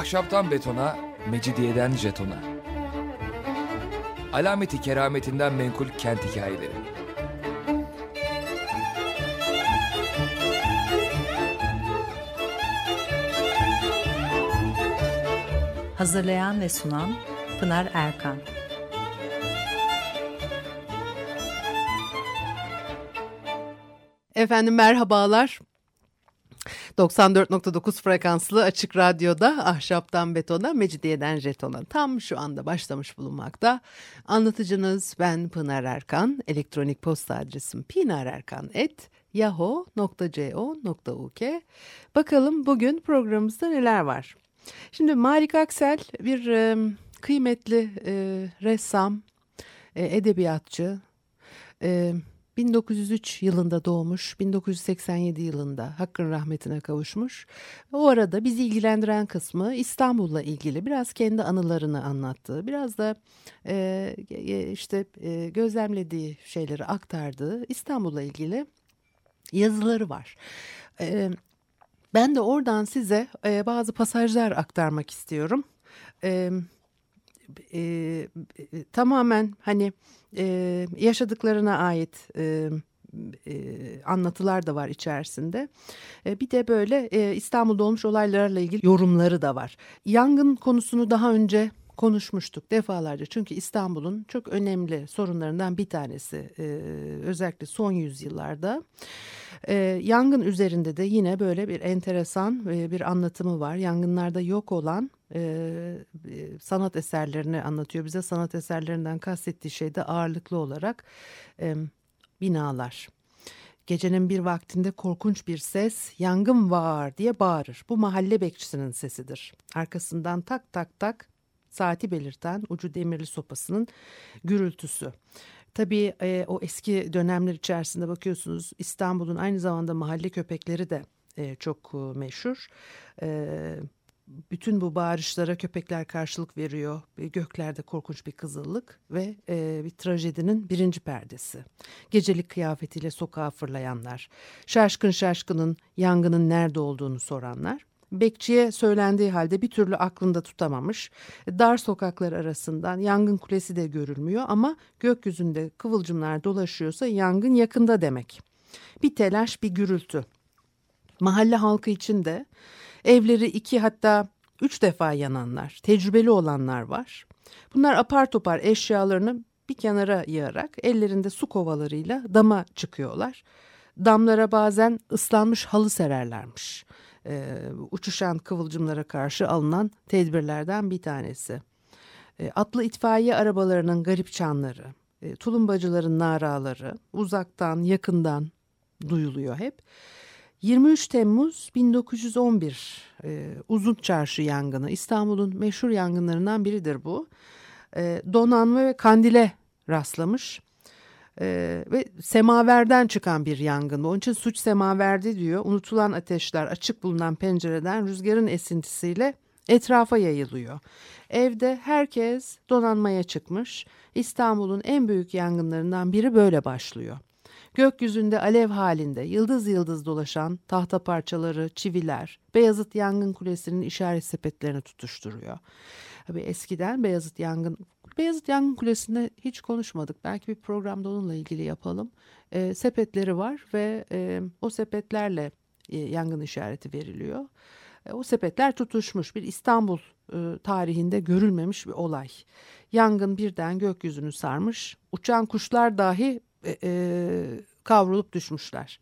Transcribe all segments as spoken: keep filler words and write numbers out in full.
Ahşaptan betona, mecidiyeden jetona. Alameti kerametinden menkul kent hikayeleri. Hazırlayan ve sunan Pınar Erkan. Efendim merhabalar. doksan dört nokta dokuz frekanslı Açık Radyo'da Ahşaptan Betona, Mecidiyeden Jetona tam şu anda başlamış bulunmakta. Anlatıcınız ben Pınar Erkan. Elektronik posta adresim pinarerkan at yahoo nokta co nokta uk. Bakalım bugün programımızda neler var? Şimdi Malik Aksel bir e, kıymetli e, ressam, e, edebiyatçı. E, bin dokuz yüz üç yılında doğmuş, bin dokuz yüz seksen yedi yılında Hakk'ın rahmetine kavuşmuş. O arada bizi ilgilendiren kısmı İstanbul'la ilgili biraz kendi anılarını anlattığı, biraz da e, işte e, gözlemlediği şeyleri aktardığı İstanbul'la ilgili yazıları var. E, ben de oradan size e, bazı pasajlar aktarmak istiyorum. E, e, e, tamamen hani e, yaşadıklarına ait e, e, anlatılar da var içerisinde. E, bir de böyle e, İstanbul'da olmuş olaylarla ilgili yorumları da var. Yangın konusunu daha önce konuşmuştuk defalarca, çünkü İstanbul'un çok önemli sorunlarından bir tanesi, ee, özellikle son yüzyıllarda. Ee, yangın üzerinde de yine böyle bir enteresan e, bir anlatımı var. Yangınlarda yok olan e, e, sanat eserlerini anlatıyor bize. Sanat eserlerinden kastettiği şey de ağırlıklı olarak e, binalar. Gecenin bir vaktinde korkunç bir ses "yangın var" diye bağırır. Bu mahalle bekçisinin sesidir. Arkasından tak tak tak saati belirten ucu demirli sopasının gürültüsü. Tabii e, o eski dönemler içerisinde bakıyorsunuz, İstanbul'un aynı zamanda mahalle köpekleri de e, çok e, meşhur. E, bütün bu bağırışlara köpekler karşılık veriyor. Göklerde korkunç bir kızıllık ve e, bir trajedinin birinci perdesi. Gecelik kıyafetiyle sokağa fırlayanlar, şaşkın şaşkının yangının nerede olduğunu soranlar. Bekçiye söylendiği halde bir türlü aklında tutamamış. Dar sokaklar arasından yangın kulesi de görülmüyor ama gökyüzünde kıvılcımlar dolaşıyorsa yangın yakında demek. Bir telaş, bir gürültü. Mahalle halkı için de evleri iki hatta üç defa yananlar, tecrübeli olanlar var. Bunlar apar topar eşyalarını bir kenara yığarak ellerinde su kovalarıyla dama çıkıyorlar. Damlara bazen ıslanmış halı sererlermiş. Ee, uçuşan kıvılcımlara karşı alınan tedbirlerden bir tanesi. Ee, atlı itfaiye arabalarının garip çanları, e, tulumbacıların naraları uzaktan yakından duyuluyor hep. yirmi üç Temmuz bin dokuz yüz on bir e, Uzun Çarşı yangını, İstanbul'un meşhur yangınlarından biridir bu. E, donanma ve kandile rastlamış. Ee, ve semaverden çıkan bir yangın. Onun için suç semaverde diyor. Unutulan ateşler açık bulunan pencereden rüzgarın esintisiyle etrafa yayılıyor. Evde herkes donanmaya çıkmış. İstanbul'un en büyük yangınlarından biri böyle başlıyor. Gökyüzünde alev halinde yıldız yıldız dolaşan tahta parçaları, çiviler, Beyazıt Yangın Kulesi'nin işaret sepetlerini tutuşturuyor. Tabii eskiden Beyazıt Yangın Beyazıt Yangın Kulesi'nde hiç konuşmadık. Belki bir programda onunla ilgili yapalım. E, sepetleri var ve e, o sepetlerle e, yangın işareti veriliyor. E, o sepetler tutuşmuş. Bir İstanbul e, tarihinde görülmemiş bir olay. Yangın birden gökyüzünü sarmış. Uçan kuşlar dahi e, e, kavrulup düşmüşler.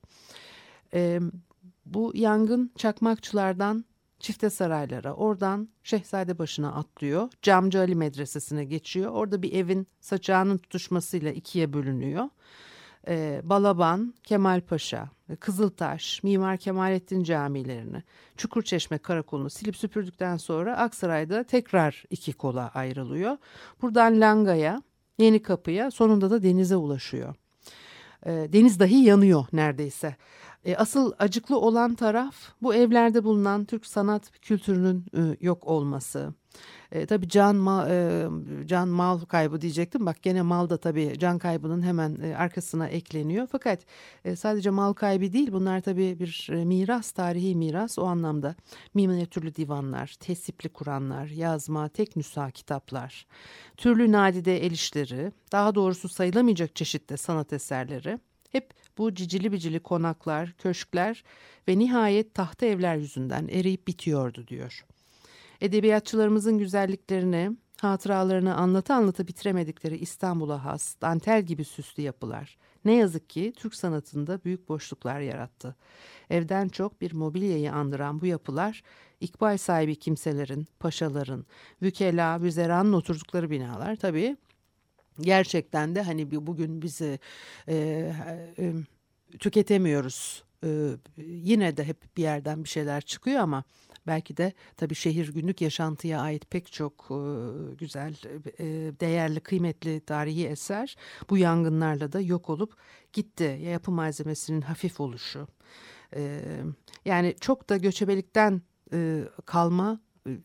E, bu yangın çakmakçılardan Çiftesaraylara, oradan Şehzadebaşı'na atlıyor. Camcı Ali Medresesi'ne geçiyor. Orada bir evin saçağının tutuşmasıyla ikiye bölünüyor. Ee, Balaban, Kemalpaşa, Kızıltaş, Mimar Kemalettin camilerini, Çukurçeşme Karakolu'nu silip süpürdükten sonra Aksaray'da tekrar iki kola ayrılıyor. Buradan Langa'ya, Yenikapı'ya, sonunda da denize ulaşıyor. Deniz dahi yanıyor neredeyse. E, asıl acıklı olan taraf bu evlerde bulunan Türk sanat kültürünün e, yok olması. E, tabii can, ma, e, can mal kaybı diyecektim. Bak gene mal da tabii can kaybının hemen e, arkasına ekleniyor. Fakat e, sadece mal kaybı değil, bunlar tabii bir e, miras, tarihi miras o anlamda. Minyatürlü divanlar, tesipli Kur'anlar, yazma, tek nüsha kitaplar, türlü nadide el işleri, daha doğrusu sayılamayacak çeşitli sanat eserleri. Hep bu cicili bicili konaklar, köşkler ve nihayet tahta evler yüzünden eriyip bitiyordu diyor. Edebiyatçılarımızın güzelliklerini, hatıralarını anlata anlata bitiremedikleri İstanbul'a has, dantel gibi süslü yapılar. Ne yazık ki Türk sanatında büyük boşluklar yarattı. Evden çok bir mobilyayı andıran bu yapılar, ikbal sahibi kimselerin, paşaların, vükela, vüzeranın oturdukları binalar tabii. Gerçekten de hani bugün bizi e, e, tüketemiyoruz. E, yine de hep bir yerden bir şeyler çıkıyor ama belki de tabii şehir günlük yaşantıya ait pek çok e, güzel, e, değerli, kıymetli tarihi eser bu yangınlarla da yok olup gitti. Yapı malzemesinin hafif oluşu. E, yani çok da göçebelikten e, kalma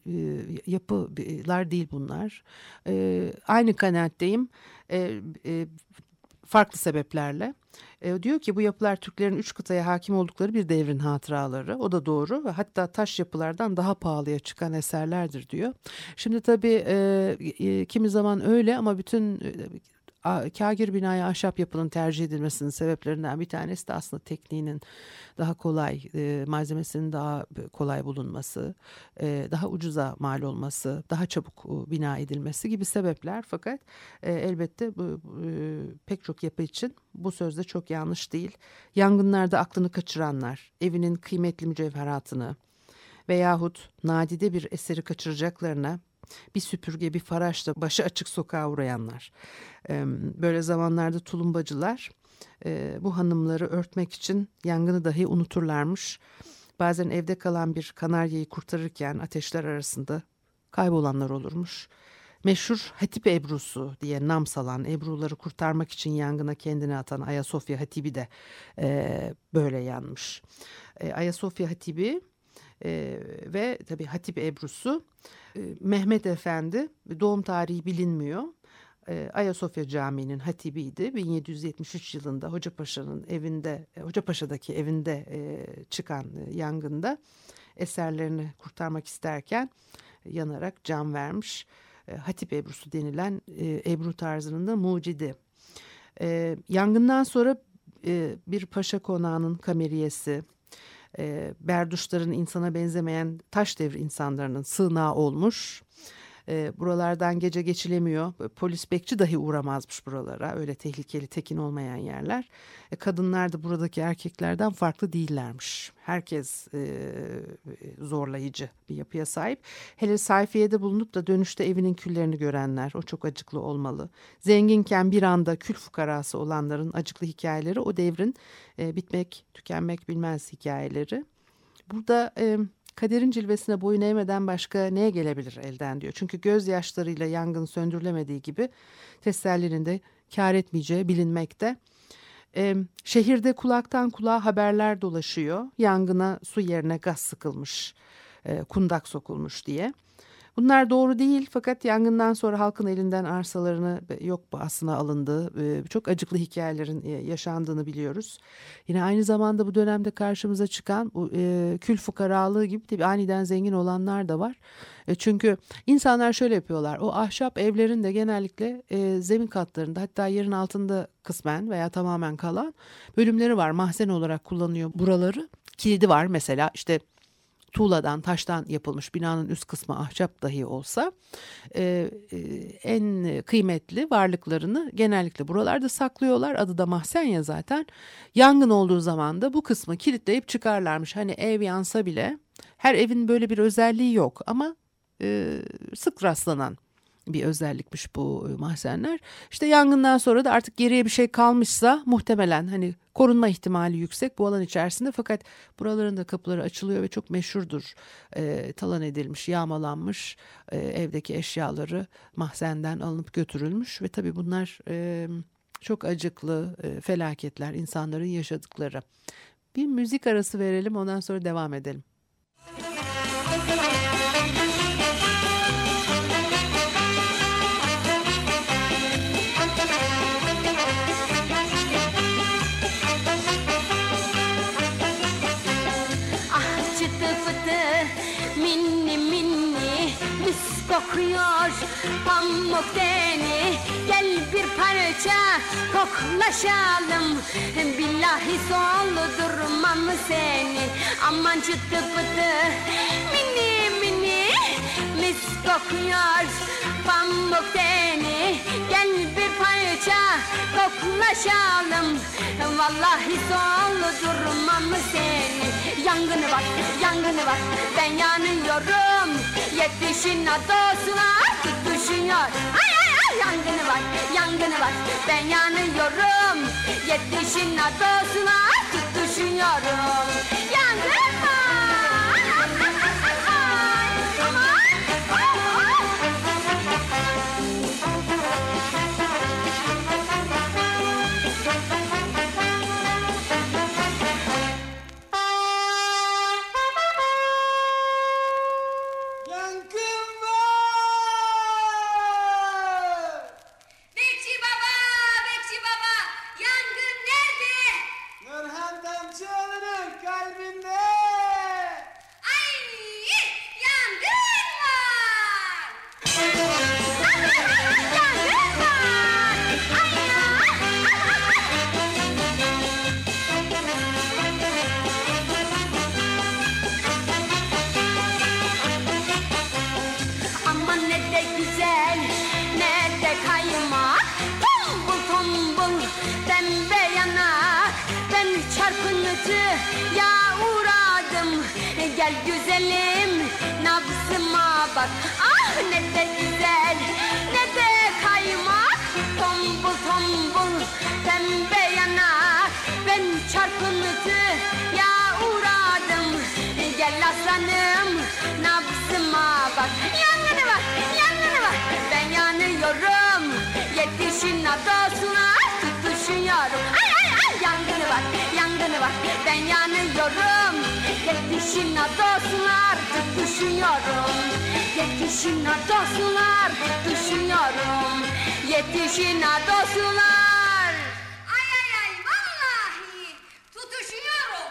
yapılar değil bunlar. E, aynı kanaatteyim. E, e, farklı sebeplerle. E, diyor ki bu yapılar Türklerin üç kıtaya hakim oldukları bir devrin hatıraları. O da doğru ve hatta taş yapılardan daha pahalıya çıkan eserlerdir diyor. Şimdi tabii e, e, kimi zaman öyle ama bütün e, kâgir binaya ahşap yapının tercih edilmesinin sebeplerinden bir tanesi de aslında tekniğinin daha kolay, e, malzemesinin daha kolay bulunması, e, daha ucuza mal olması, daha çabuk e, bina edilmesi gibi sebepler. Fakat e, elbette bu, e, pek çok yapı için bu söz de çok yanlış değil. Yangınlarda aklını kaçıranlar, evinin kıymetli mücevheratını veyahut nadide bir eseri kaçıracaklarına bir süpürge, bir faraşla başı açık sokağa uğrayanlar. Böyle zamanlarda tulumbacılar bu hanımları örtmek için yangını dahi unuturlarmış. Bazen evde kalan bir kanaryayı kurtarırken ateşler arasında kaybolanlar olurmuş. Meşhur Hatip Ebrusu diye nam salan, Ebruları kurtarmak için yangına kendini atan Ayasofya Hatibi de böyle yanmış. Ayasofya Hatibi Ee, ve tabii Hatip Ebrusu e, Mehmet Efendi, doğum tarihi bilinmiyor. E, Ayasofya Camii'nin hatibiydi. bin yedi yüz yetmiş üç yılında Hocapaşa'nın evinde, Hocapaşa'daki evinde e, çıkan e, yangında eserlerini kurtarmak isterken e, yanarak can vermiş. E, Hatip Ebrusu denilen e, Ebru tarzının da mucidi. E, yangından sonra e, bir paşa konağının kameriyesi, E, berduşların insana benzemeyen taş devri insanların sığınağı olmuş. E, buralardan gece geçilemiyor. Polis bekçi dahi uğramazmış buralara. Öyle tehlikeli, tekin olmayan yerler. E, kadınlar da buradaki erkeklerden farklı değillermiş. Herkes e, zorlayıcı bir yapıya sahip. Hele sayfiyede bulunup da dönüşte evinin küllerini görenler, o çok acıklı olmalı. Zenginken bir anda kül fukarası olanların acıklı hikayeleri, o devrin e, bitmek, tükenmek bilmez hikayeleri. Burada e, kaderin cilvesine boyun eğmeden başka neye gelebilir elden diyor. Çünkü gözyaşlarıyla yangın söndürülemediği gibi tesellinin de kâr etmeyeceği bilinmekte. Ee, şehirde kulaktan kulağa haberler dolaşıyor. Yangına su yerine gaz sıkılmış, e, kundak sokulmuş diye. Bunlar doğru değil fakat yangından sonra halkın elinden arsalarını yok pahasına alındığı e, çok acıklı hikayelerin e, yaşandığını biliyoruz. Yine aynı zamanda bu dönemde karşımıza çıkan bu e, kül fukaralığı gibi tabii aniden zengin olanlar da var. E, çünkü insanlar şöyle yapıyorlar. O ahşap evlerin de genellikle e, zemin katlarında, hatta yerin altında kısmen veya tamamen kalan bölümleri var. Mahzen olarak kullanıyor buraları. Kilidi var mesela, işte tuğladan, taştan yapılmış binanın üst kısmı ahşap dahi olsa e, e, en kıymetli varlıklarını genellikle buralarda saklıyorlar. Adı da mahzen ya zaten. Yangın olduğu zaman da bu kısmı kilitleyip çıkarlarmış. Hani ev yansa bile, her evin böyle bir özelliği yok ama e, sık rastlanan bir özellikmiş bu mahzenler. İşte yangından sonra da artık geriye bir şey kalmışsa muhtemelen hani korunma ihtimali yüksek bu alan içerisinde, fakat buraların da kapıları açılıyor ve çok meşhurdur. E, talan edilmiş, yağmalanmış e, evdeki eşyaları mahzenden alınıp götürülmüş ve tabii bunlar e, çok acıklı e, felaketler, insanların yaşadıkları. Bir müzik arası verelim, ondan sonra devam edelim. Kokuyor pamuk deni, gel bir parça koklaşalım. Billahi soldurmam seni, aman çıtı pıtı mini mini. Mis kokuyor pamuk deni, gel bir parça koklaşalım. Vallahi soldurmam seni. Yangını var, yangını var, ben yanıyorum. Yetişin adosuna tutuşuyor. Ay ay ay, yangını var, yangını var, ben yanıyorum. Yetişin adosuna tutuşuyorum. Yangın var. Aman. Ya uğradım, gel güzelim, nabzıma bak. Ah ne de güzel, ne de kaymak. Tombul tombul, pembe yanak. Ben çarpıntı, ya uğradım. Gel aslanım, nabzıma bak. Yangını var, yangını var, ben yanıyorum. Yetişin adosuna tutuşuyorum. Ay ay ay, yangını var, yangını var, ben yanıyorum. Yetişin adoslar tutuşuyorum. Yetişin adoslar tutuşuyorum. Yetişin adoslar. Ay ay ay, vallahi tutuşuyorum.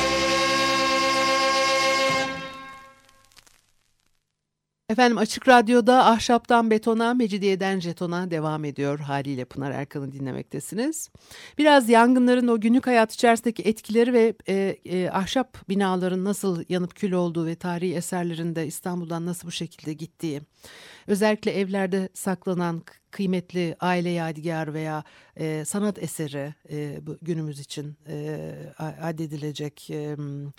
Efendim Açık Radyo'da Ahşaptan Betona, Mecidiyeden Jeton'a devam ediyor. Haliyle Pınar Erkan'ı dinlemektesiniz. Biraz yangınların o günlük hayat içerisindeki etkileri ve e, e, ahşap binaların nasıl yanıp kül olduğu ve tarihi eserlerin de İstanbul'dan nasıl bu şekilde gittiği. Özellikle evlerde saklanan kıymetli aile yadigarı veya e, sanat eseri e, bu günümüz için e, addedilecek e,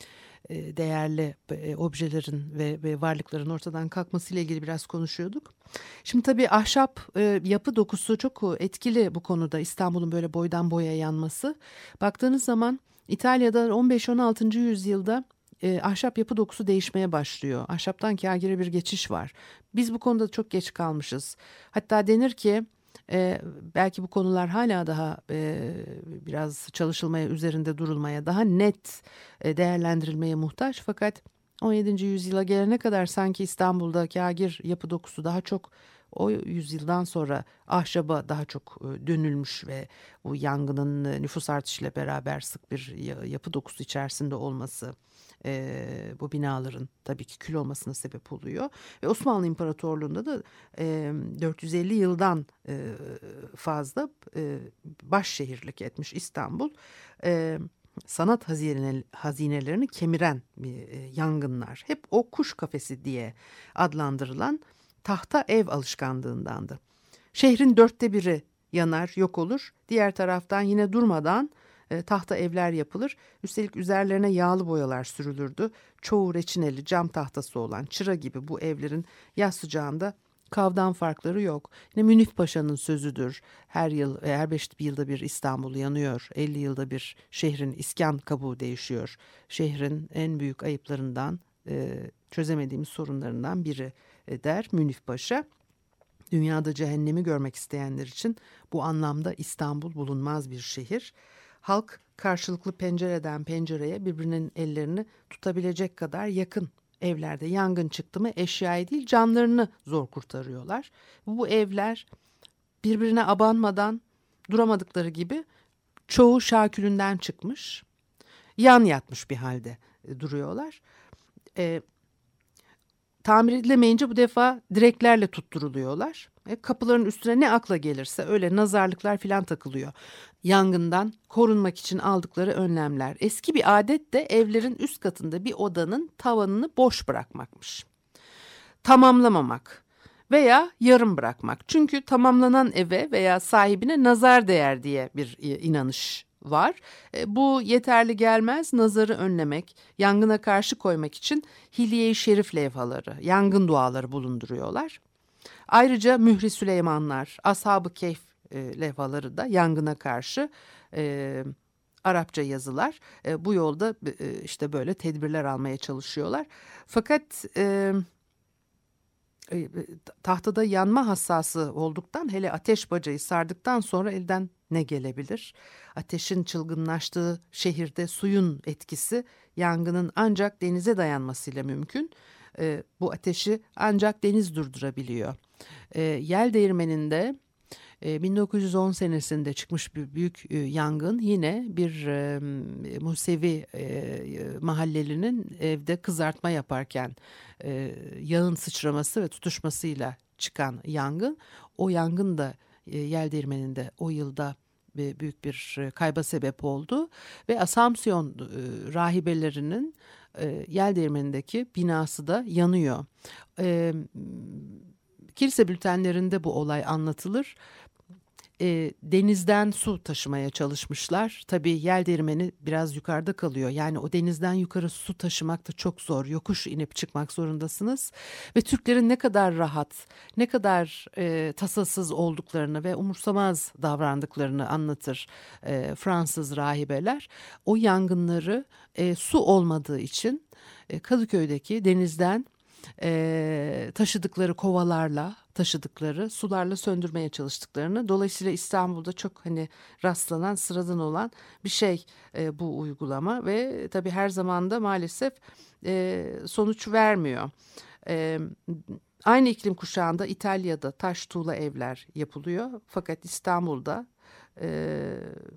değerli objelerin ve, ve varlıkların ortadan kalkmasıyla ilgili biraz konuşuyorduk. Şimdi tabii ahşap e, yapı dokusu çok etkili bu konuda, İstanbul'un böyle boydan boya yanması. Baktığınız zaman İtalya'da on beş on altıncı yüzyılda e, ahşap yapı dokusu değişmeye başlıyor. Ahşaptan kâgire bir geçiş var. Biz bu konuda çok geç kalmışız. Hatta denir ki Ee, belki bu konular hala daha e, biraz çalışılmaya, üzerinde durulmaya, daha net e, değerlendirilmeye muhtaç. Fakat on yedinci yüzyıla gelene kadar sanki İstanbul'da kâgir yapı dokusu daha çok, o yüzyıldan sonra ahşaba daha çok e, dönülmüş ve bu yangının e, nüfus artışıyla beraber sık bir yapı dokusu içerisinde olması e, bu binaların tabii ki kül olmasına sebep oluyor. Ve Osmanlı İmparatorluğu'nda da e, dört yüz elli yıldan e, fazla e, baş şehirlik etmiş İstanbul. E, sanat hazine, hazinelerini kemiren e, yangınlar hep o kuş kafesi diye adlandırılan tahta ev alışkanlığındandı. Şehrin dörtte biri yanar, yok olur. Diğer taraftan yine durmadan e, tahta evler yapılır. Üstelik üzerlerine yağlı boyalar sürülürdü. Çoğu reçineli, cam tahtası olan çıra gibi bu evlerin yaz sıcağında kavdan farkları yok. Yine Münif Paşa'nın sözüdür. Her yıl, her beş yılda bir İstanbul yanıyor. elli yılda bir şehrin iskan kabuğu değişiyor. Şehrin en büyük ayıplarından, e, çözemediğimiz sorunlarından biri e, der Münif Paşa. Dünyada cehennemi görmek isteyenler için bu anlamda İstanbul bulunmaz bir şehir. halk karşılıklı pencereden pencereye birbirinin ellerini tutabilecek kadar yakın evlerde yangın çıktı mı eşyayı değil canlarını zor kurtarıyorlar. Bu evler birbirine abanmadan duramadıkları gibi çoğu şakülünden çıkmış, yan yatmış bir halde duruyorlar. E, tamir edilemeyince bu defa direklerle tutturuluyorlar. E, kapıların üstüne ne akla gelirse öyle nazarlıklar falan takılıyor. Yangından korunmak için aldıkları önlemler. Eski bir adet de evlerin üst katında bir odanın tavanını boş bırakmakmış. Tamamlamamak veya yarım bırakmak. Çünkü tamamlanan eve veya sahibine nazar değer diye bir inanış var. E, bu yeterli gelmez, nazarı önlemek, yangına karşı koymak için Hilye-i Şerif levhaları, yangın duaları bulunduruyorlar. Ayrıca Mühri Süleymanlar, Ashab-ı Kehf e, levhaları da yangına karşı e, Arapça yazılar. E, bu yolda e, işte böyle tedbirler almaya çalışıyorlar. Fakat e, e, tahtada yanma hassası olduktan, hele ateş bacayı sardıktan sonra elden ne gelebilir? Ateşin çılgınlaştığı şehirde suyun etkisi yangının ancak denize dayanmasıyla mümkün. E, bu ateşi ancak deniz durdurabiliyor. E, Yel Değirmeni'nde e, bin dokuz yüz on senesinde çıkmış bir büyük e, yangın yine bir e, Musevi e, mahallelinin evde kızartma yaparken e, yağın sıçraması ve tutuşmasıyla çıkan yangın. O yangın da e, Yel Değirmeni'nde o yılda e, büyük bir kayba sebep oldu ve Asamsiyon e, rahibelerinin e, Yel Değirmeni'ndeki binası da yanıyor. E, kilise bültenlerinde bu olay anlatılır. E, denizden su taşımaya çalışmışlar. Tabii Yel Değirmeni biraz yukarıda kalıyor. Yani o denizden yukarı su taşımak da çok zor. Yokuş inip çıkmak zorundasınız. Ve Türklerin ne kadar rahat, ne kadar e, tasasız olduklarını ve umursamaz davrandıklarını anlatır e, Fransız rahibeler. O yangınları e, su olmadığı için e, Kadıköy'deki denizden e, taşıdıkları kovalarla, taşıdıkları sularla söndürmeye çalıştıklarını, dolayısıyla İstanbul'da çok hani rastlanan, sıradan olan bir şey e, bu uygulama ve tabii her zaman da maalesef e, sonuç vermiyor. E, aynı iklim kuşağında İtalya'da taş tuğla evler yapılıyor, fakat İstanbul'da e,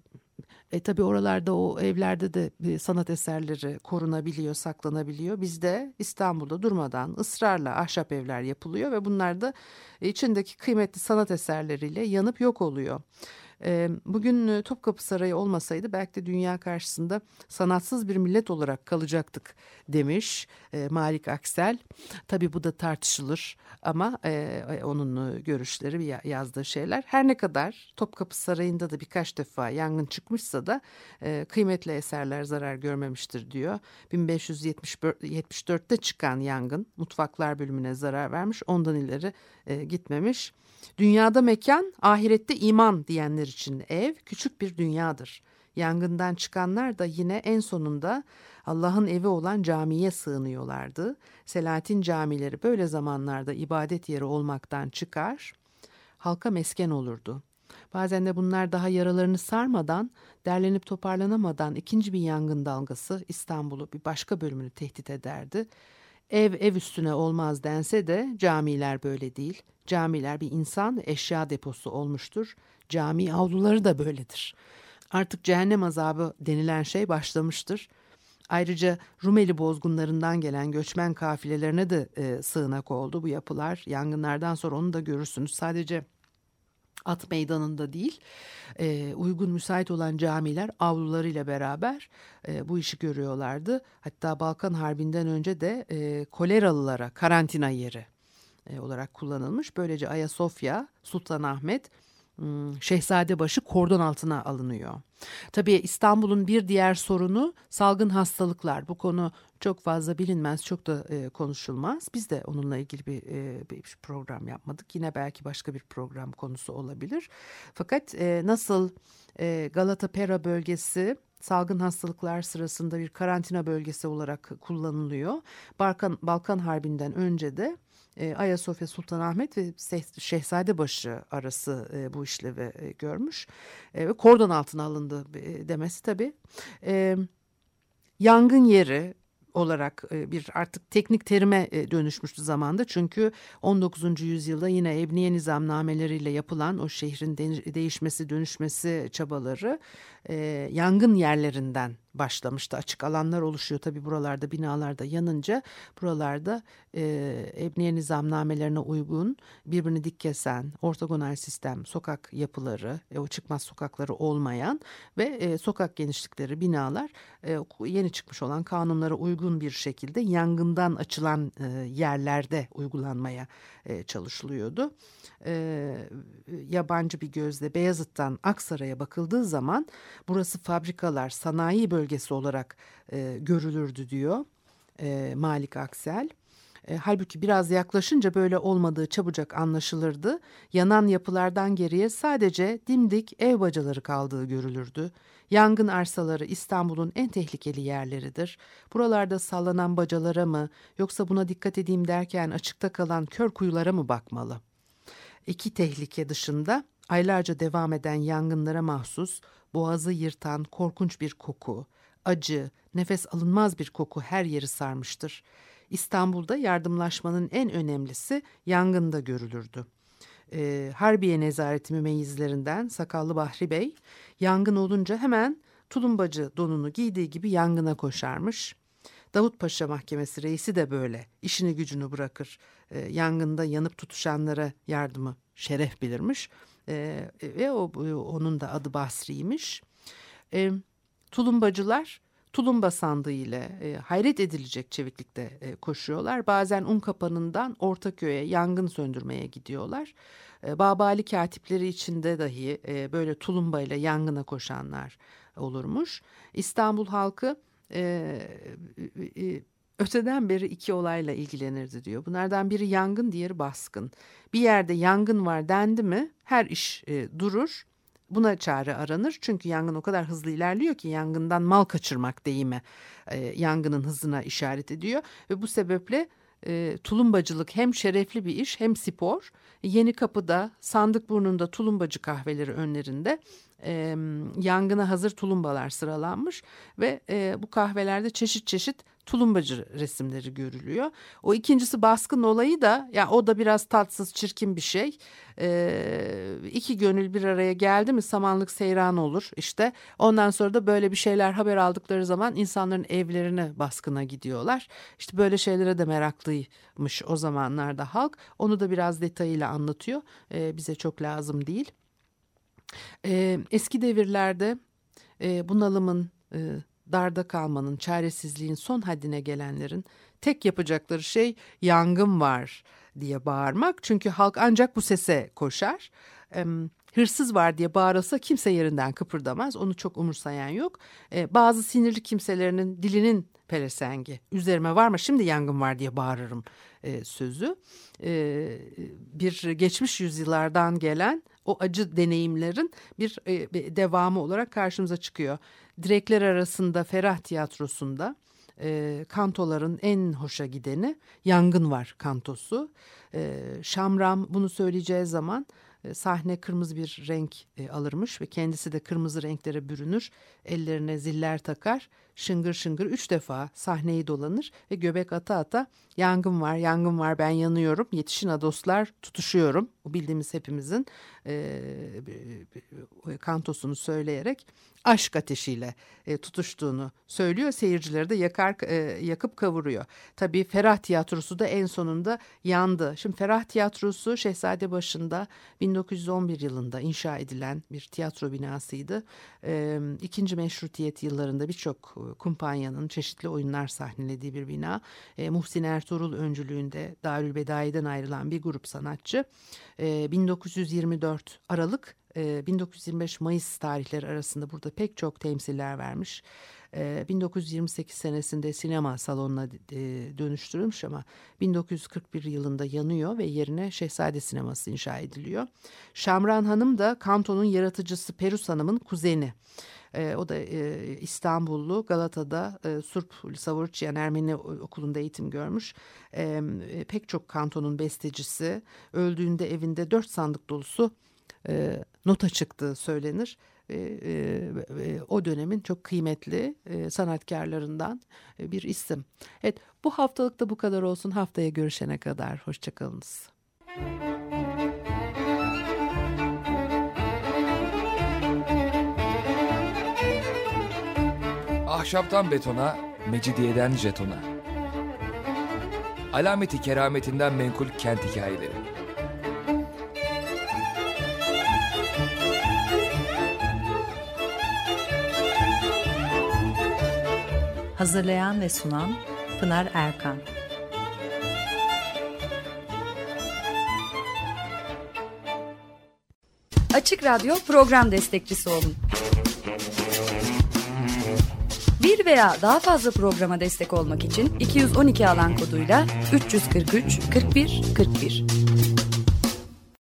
E tabii oralarda, o evlerde de sanat eserleri korunabiliyor, saklanabiliyor. Bizde İstanbul'da durmadan, ısrarla ahşap evler yapılıyor ve bunlar da içindeki kıymetli sanat eserleriyle yanıp yok oluyor. Bugün Topkapı Sarayı olmasaydı belki de dünya karşısında sanatsız bir millet olarak kalacaktık demiş Malik Aksel. Tabii bu da tartışılır ama onun görüşleri, yazdığı şeyler. Her ne kadar Topkapı Sarayı'nda da birkaç defa yangın çıkmışsa da kıymetli eserler zarar görmemiştir diyor. bin beş yüz yetmiş dörtte çıkan yangın mutfaklar bölümüne zarar vermiş, ondan ileri gitmemiş. Dünyada mekan, ahirette iman diyenler için ev küçük bir dünyadır. Yangından çıkanlar da yine en sonunda Allah'ın evi olan camiye sığınıyorlardı. Selahattin camileri böyle zamanlarda ibadet yeri olmaktan çıkar, halka mesken olurdu. Bazen de bunlar daha yaralarını sarmadan, derlenip toparlanamadan ikinci bir yangın dalgası İstanbul'u, bir başka bölümünü tehdit ederdi. Ev ev üstüne olmaz dense de camiler böyle değil. Camiler bir insan eşya deposu olmuştur. Cami avluları da böyledir. Artık cehennem azabı denilen şey başlamıştır. Ayrıca Rumeli bozgunlarından gelen göçmen kafilelerine de e, sığınak oldu bu yapılar. Yangınlardan sonra onu da görürsünüz. Sadece at meydanında değil, e, uygun müsait olan camiler avlularıyla beraber e, bu işi görüyorlardı. Hatta Balkan Harbi'nden önce de e, koleralılara karantina yeri e, olarak kullanılmış. Böylece Ayasofya, Sultanahmet, Şehzadebaşı kordon altına alınıyor. Tabii İstanbul'un bir diğer sorunu salgın hastalıklar. Bu konu çok fazla bilinmez, çok da e, konuşulmaz. Biz de onunla ilgili bir, e, bir program yapmadık. Yine belki başka bir program konusu olabilir. Fakat e, nasıl e, Galata-Pera bölgesi salgın hastalıklar sırasında bir karantina bölgesi olarak kullanılıyor. Balkan, Balkan Harbi'nden önce de e, Ayasofya Sultanahmet ve Şehzadebaşı arası e, bu işlevi e, görmüş. E, ve kordon altına alındı e, demesi tabii. E, yangın yeri olarak bir artık teknik terime dönüşmüştü zamanda. Çünkü on dokuzuncu yüzyılda yine Ebniye nizamnameleriyle yapılan o şehrin değişmesi, dönüşmesi çabaları e, yangın yerlerinden başlamıştı. Açık alanlar oluşuyor tabii buralarda, binalarda yanınca buralarda e, Ebniye nizamnamelerine uygun birbirini dik kesen ortogonal sistem sokak yapıları, e, o çıkmaz sokakları olmayan ve e, sokak genişlikleri binalar e, yeni çıkmış olan kanunlara uygun bir şekilde yangından açılan e, yerlerde uygulanmaya e, çalışılıyordu. E, yabancı bir gözle Beyazıt'tan Aksaray'a bakıldığı zaman burası fabrikalar, sanayi bölgesi olarak e, görülürdü diyor e, Malik Aksel. E, halbuki biraz yaklaşınca böyle olmadığı çabucak anlaşılırdı. Yanan yapılardan geriye sadece dimdik ev bacaları kaldığı görülürdü. Yangın arsaları İstanbul'un en tehlikeli yerleridir. Buralarda sallanan bacalara mı yoksa buna dikkat edeyim derken açıkta kalan kör kuyulara mı bakmalı? İki tehlike dışında aylarca devam eden yangınlara mahsus boğazı yırtan korkunç bir koku, acı, nefes alınmaz bir koku her yeri sarmıştır. İstanbul'da yardımlaşmanın en önemlisi yangında görülürdü. Ee, Harbiye Nezareti Mümeyyizlerinden Sakallı Bahri Bey, yangın olunca hemen tulumbacı donunu giydiği gibi yangına koşarmış. Davutpaşa Mahkemesi reisi de böyle işini gücünü bırakır. Ee, yangında yanıp tutuşanlara yardımı şeref bilirmiş. Ee, ve o, onun da adı Basri'ymiş. Ee, tulumbacılar tulumba sandığı ile e, hayret edilecek çeviklikte e, koşuyorlar. Bazen Unkapanı'ndan Ortaköy'e yangın söndürmeye gidiyorlar. E, Babali katipleri içinde dahi e, böyle tulumbayla yangına koşanlar olurmuş. İstanbul halkı e, e, öteden beri iki olayla ilgilenirdi diyor. Bunlardan biri yangın, diğeri baskın. Bir yerde yangın var dendi mi her iş e, durur. Buna çare aranır çünkü yangın o kadar hızlı ilerliyor ki yangından mal kaçırmak deyimi e, yangının hızına işaret ediyor. Ve bu sebeple e, tulumbacılık hem şerefli bir iş hem spor. Yenikapı'da Sandıkburnu'nda tulumbacı kahveleri önlerinde e, yangına hazır tulumbalar sıralanmış ve e, bu kahvelerde çeşit çeşit tulumbacı resimleri görülüyor. O ikincisi baskın olayı da ya o da biraz tatsız, çirkin bir şey. Ee, iki gönül bir araya geldi mi samanlık seyran olur işte. Ondan sonra da böyle bir şeyler haber aldıkları zaman insanların evlerine baskına gidiyorlar. İşte böyle şeylere de meraklıymış o zamanlarda halk. Onu da biraz detayıyla anlatıyor. Ee, bize çok lazım değil. Ee, eski devirlerde e, bunalımın e, darda kalmanın, çaresizliğin son haddine gelenlerin tek yapacakları şey yangın var diye bağırmak. Çünkü halk ancak bu sese koşar. Ee, hırsız var diye bağırılsa kimse yerinden kıpırdamaz. Onu çok umursayan yok. Ee, bazı sinirli kimselerinin dilinin pelesengi. Üzerime var mı şimdi yangın var diye bağırırım e, sözü. Ee, bir geçmiş yüzyıllardan gelen o acı deneyimlerin bir e, devamı olarak karşımıza çıkıyor. Direkler arasında Ferah Tiyatrosu'nda e, kantoların en hoşa gideni Yangın Var kantosu. E, Şamram bunu söyleyeceği zaman e, sahne kırmızı bir renk e, alırmış ve kendisi de kırmızı renklere bürünür. Ellerine ziller takar, şıngır şıngır üç defa sahneyi dolanır ve göbek ata ata yangın var, yangın var ben yanıyorum, yetişin adoslar tutuşuyorum. O bildiğimiz hepimizin e, kantosunu söyleyerek aşk ateşiyle e, tutuştuğunu söylüyor. Seyircileri de yakar, e, yakıp kavuruyor. Tabii Ferah Tiyatrosu da en sonunda yandı. Şimdi Ferah Tiyatrosu Şehzadebaşı'nda bin dokuz yüz on bir yılında inşa edilen bir tiyatro binasıydı. E, İkinci Meşrutiyet yıllarında birçok kumpanyanın çeşitli oyunlar sahnelediği bir bina. E, Muhsin Ertuğrul öncülüğünde Darülbedai'den ayrılan bir grup sanatçı e, bin dokuz yüz yirmi dört Aralık bin dokuz yüz yirmi beş Mayıs tarihleri arasında burada pek çok temsiller vermiş. bin dokuz yüz yirmi sekiz senesinde sinema salonuna dönüştürülmüş ama bin dokuz yüz kırk bir yılında yanıyor ve yerine Şehzade Sineması inşa ediliyor. Şamran Hanım da Kanto'nun yaratıcısı Perus Hanım'ın kuzeni. E, o da e, İstanbullu, Galata'da e, Surp Savurçiyan Ermeni okulunda eğitim görmüş. E, e, pek çok kantonun bestecisi, öldüğünde evinde dört sandık dolusu e, nota çıktığı söylenir. E, e, o dönemin çok kıymetli e, sanatkarlarından e, bir isim. Evet, bu haftalık da bu kadar olsun. Haftaya görüşene kadar hoşçakalınız. Ahşaptan betona, mecidiyeden jetona. Alameti kerametinden menkul kent hikayeleri. Hazırlayan ve sunan Pınar Erkan. Açık Radyo program destekçisi olun. Bir veya daha fazla programa destek olmak için iki yüz on iki alan koduyla üç yüz kırk üç kırk bir kırk bir